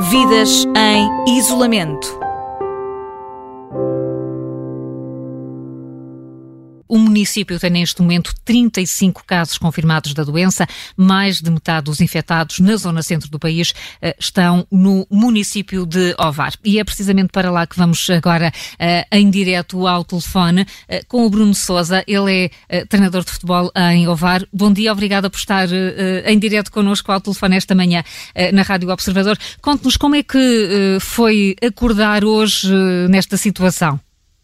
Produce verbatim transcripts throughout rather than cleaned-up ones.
Vidas em isolamento. O município tem neste momento trinta e cinco casos confirmados da doença. Mais de metade dos infectados na zona centro do país uh, estão no município de Ovar. E é precisamente para lá que vamos agora uh, em direto ao telefone uh, com o Bruno Sousa. Ele é uh, treinador de futebol em Ovar. Bom dia, obrigada por estar uh, em direto connosco ao telefone esta manhã uh, na Rádio Observador. Conte-nos como é que uh, foi acordar hoje uh, nesta situação.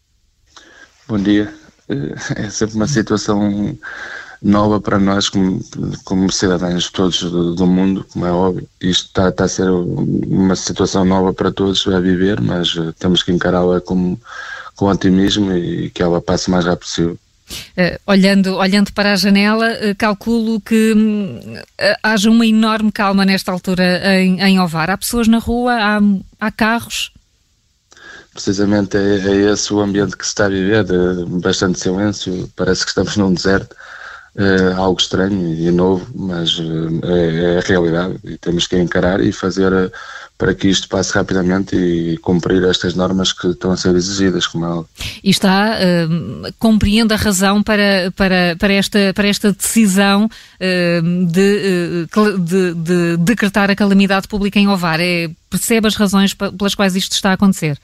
Bom dia. É sempre uma situação nova para nós como, como cidadãos todos do, do mundo, como é óbvio. Isto está, está a ser uma situação nova para todos a viver, mas uh, temos que encará-la com, com otimismo e que ela passe o mais rápido possível. Uh, olhando, olhando para a janela, uh, calculo que uh, haja uma enorme calma nesta altura em, em Ovar. Há pessoas na rua, há, há carros? Precisamente é, é esse o ambiente que se está a viver, de bastante silêncio, parece que estamos num deserto, é algo estranho e novo, mas é, é a realidade e temos que encarar e fazer para que isto passe rapidamente e cumprir estas normas que estão a ser exigidas, como é óbvio. E está, uh, compreende a razão para, para, para, esta, para esta decisão uh, de, uh, de, de decretar a calamidade pública em Ovar? É, percebe as razões pelas quais isto está a acontecer?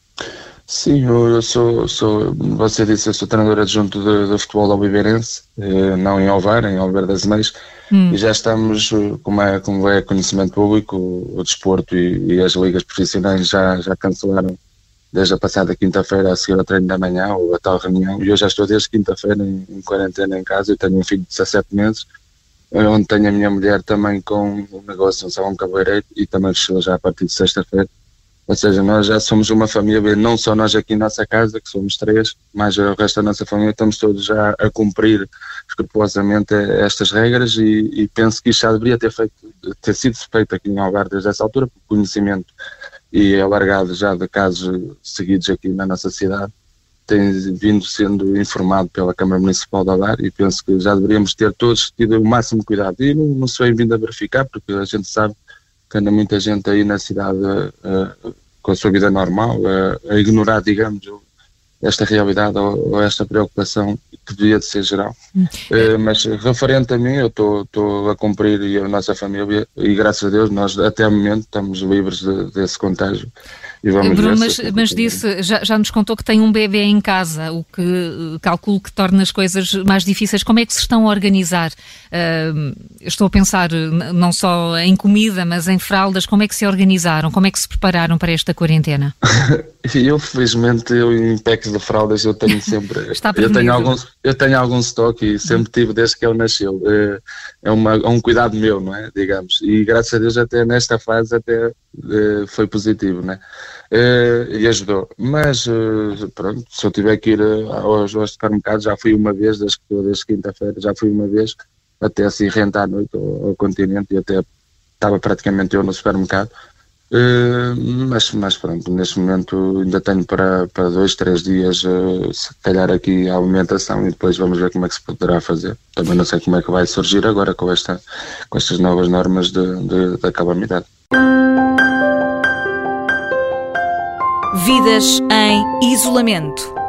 Sim, eu sou, sou, você disse, eu sou treinador adjunto de, de futebol alviveirense, não em Ovar, em Oliveira das Meias, hum. e já estamos, como é, como é conhecimento público, o, o desporto e, e as ligas profissionais já, já cancelaram desde a passada quinta-feira a seguir ao treino da manhã, ou a tal reunião, e eu já estou desde quinta-feira em, em quarentena em casa. Eu tenho um filho de dezassete meses, onde tenho a minha mulher também com um negócio, um salão cabeleireiro, e também fechou já a partir de sexta-feira. Ou seja, nós já somos uma família, não só nós aqui em nossa casa, que somos três, mas o resto da nossa família, estamos todos já a cumprir escrupulosamente estas regras e, e penso que isto já deveria ter, feito, ter sido feito aqui em Algarve desde essa altura, por conhecimento e alargado já de casos seguidos aqui na nossa cidade. Tem vindo sendo informado pela Câmara Municipal de Algarve e penso que já deveríamos ter todos tido o máximo cuidado. E não, não se vem vindo a verificar, porque a gente sabe que anda muita gente aí na cidade uh, com a sua vida normal, uh, a ignorar, digamos, esta realidade ou, ou esta preocupação que devia de ser geral. Uh, mas referente a mim, eu estou a cumprir e a nossa família, e graças a Deus nós até o momento estamos livres de, desse contágio. E vamos Bruno, ver mas, se mas disse, já, já nos contou que tem um bebê em casa, o que uh, calculo que torna as coisas mais difíceis. Como é que se estão a organizar? Uh, estou a pensar uh, não só em comida, mas em fraldas. Como é que se organizaram? Como é que se prepararam para esta quarentena? Eu, felizmente, eu em packs de fraldas eu tenho sempre... Está eu tenho alguns, eu tenho algum estoque e sempre tive desde que ele nasceu. É, é, uma, é um cuidado meu, não é? Digamos. E graças a Deus até nesta fase até uh, foi positivo, não é? Uh, e ajudou, mas uh, pronto, se eu tiver que ir uh, aos, aos supermercados, já fui uma vez, desde, desde quinta-feira, já fui uma vez, até assim renta à noite ao, ao continente, e até estava praticamente eu no supermercado, uh, mas, mas pronto, neste momento ainda tenho para, para dois, três dias, uh, se calhar aqui a alimentação, e depois vamos ver como é que se poderá fazer. Também não sei como é que vai surgir agora com, esta, com estas novas normas de, de, da calamidade. Vidas em isolamento.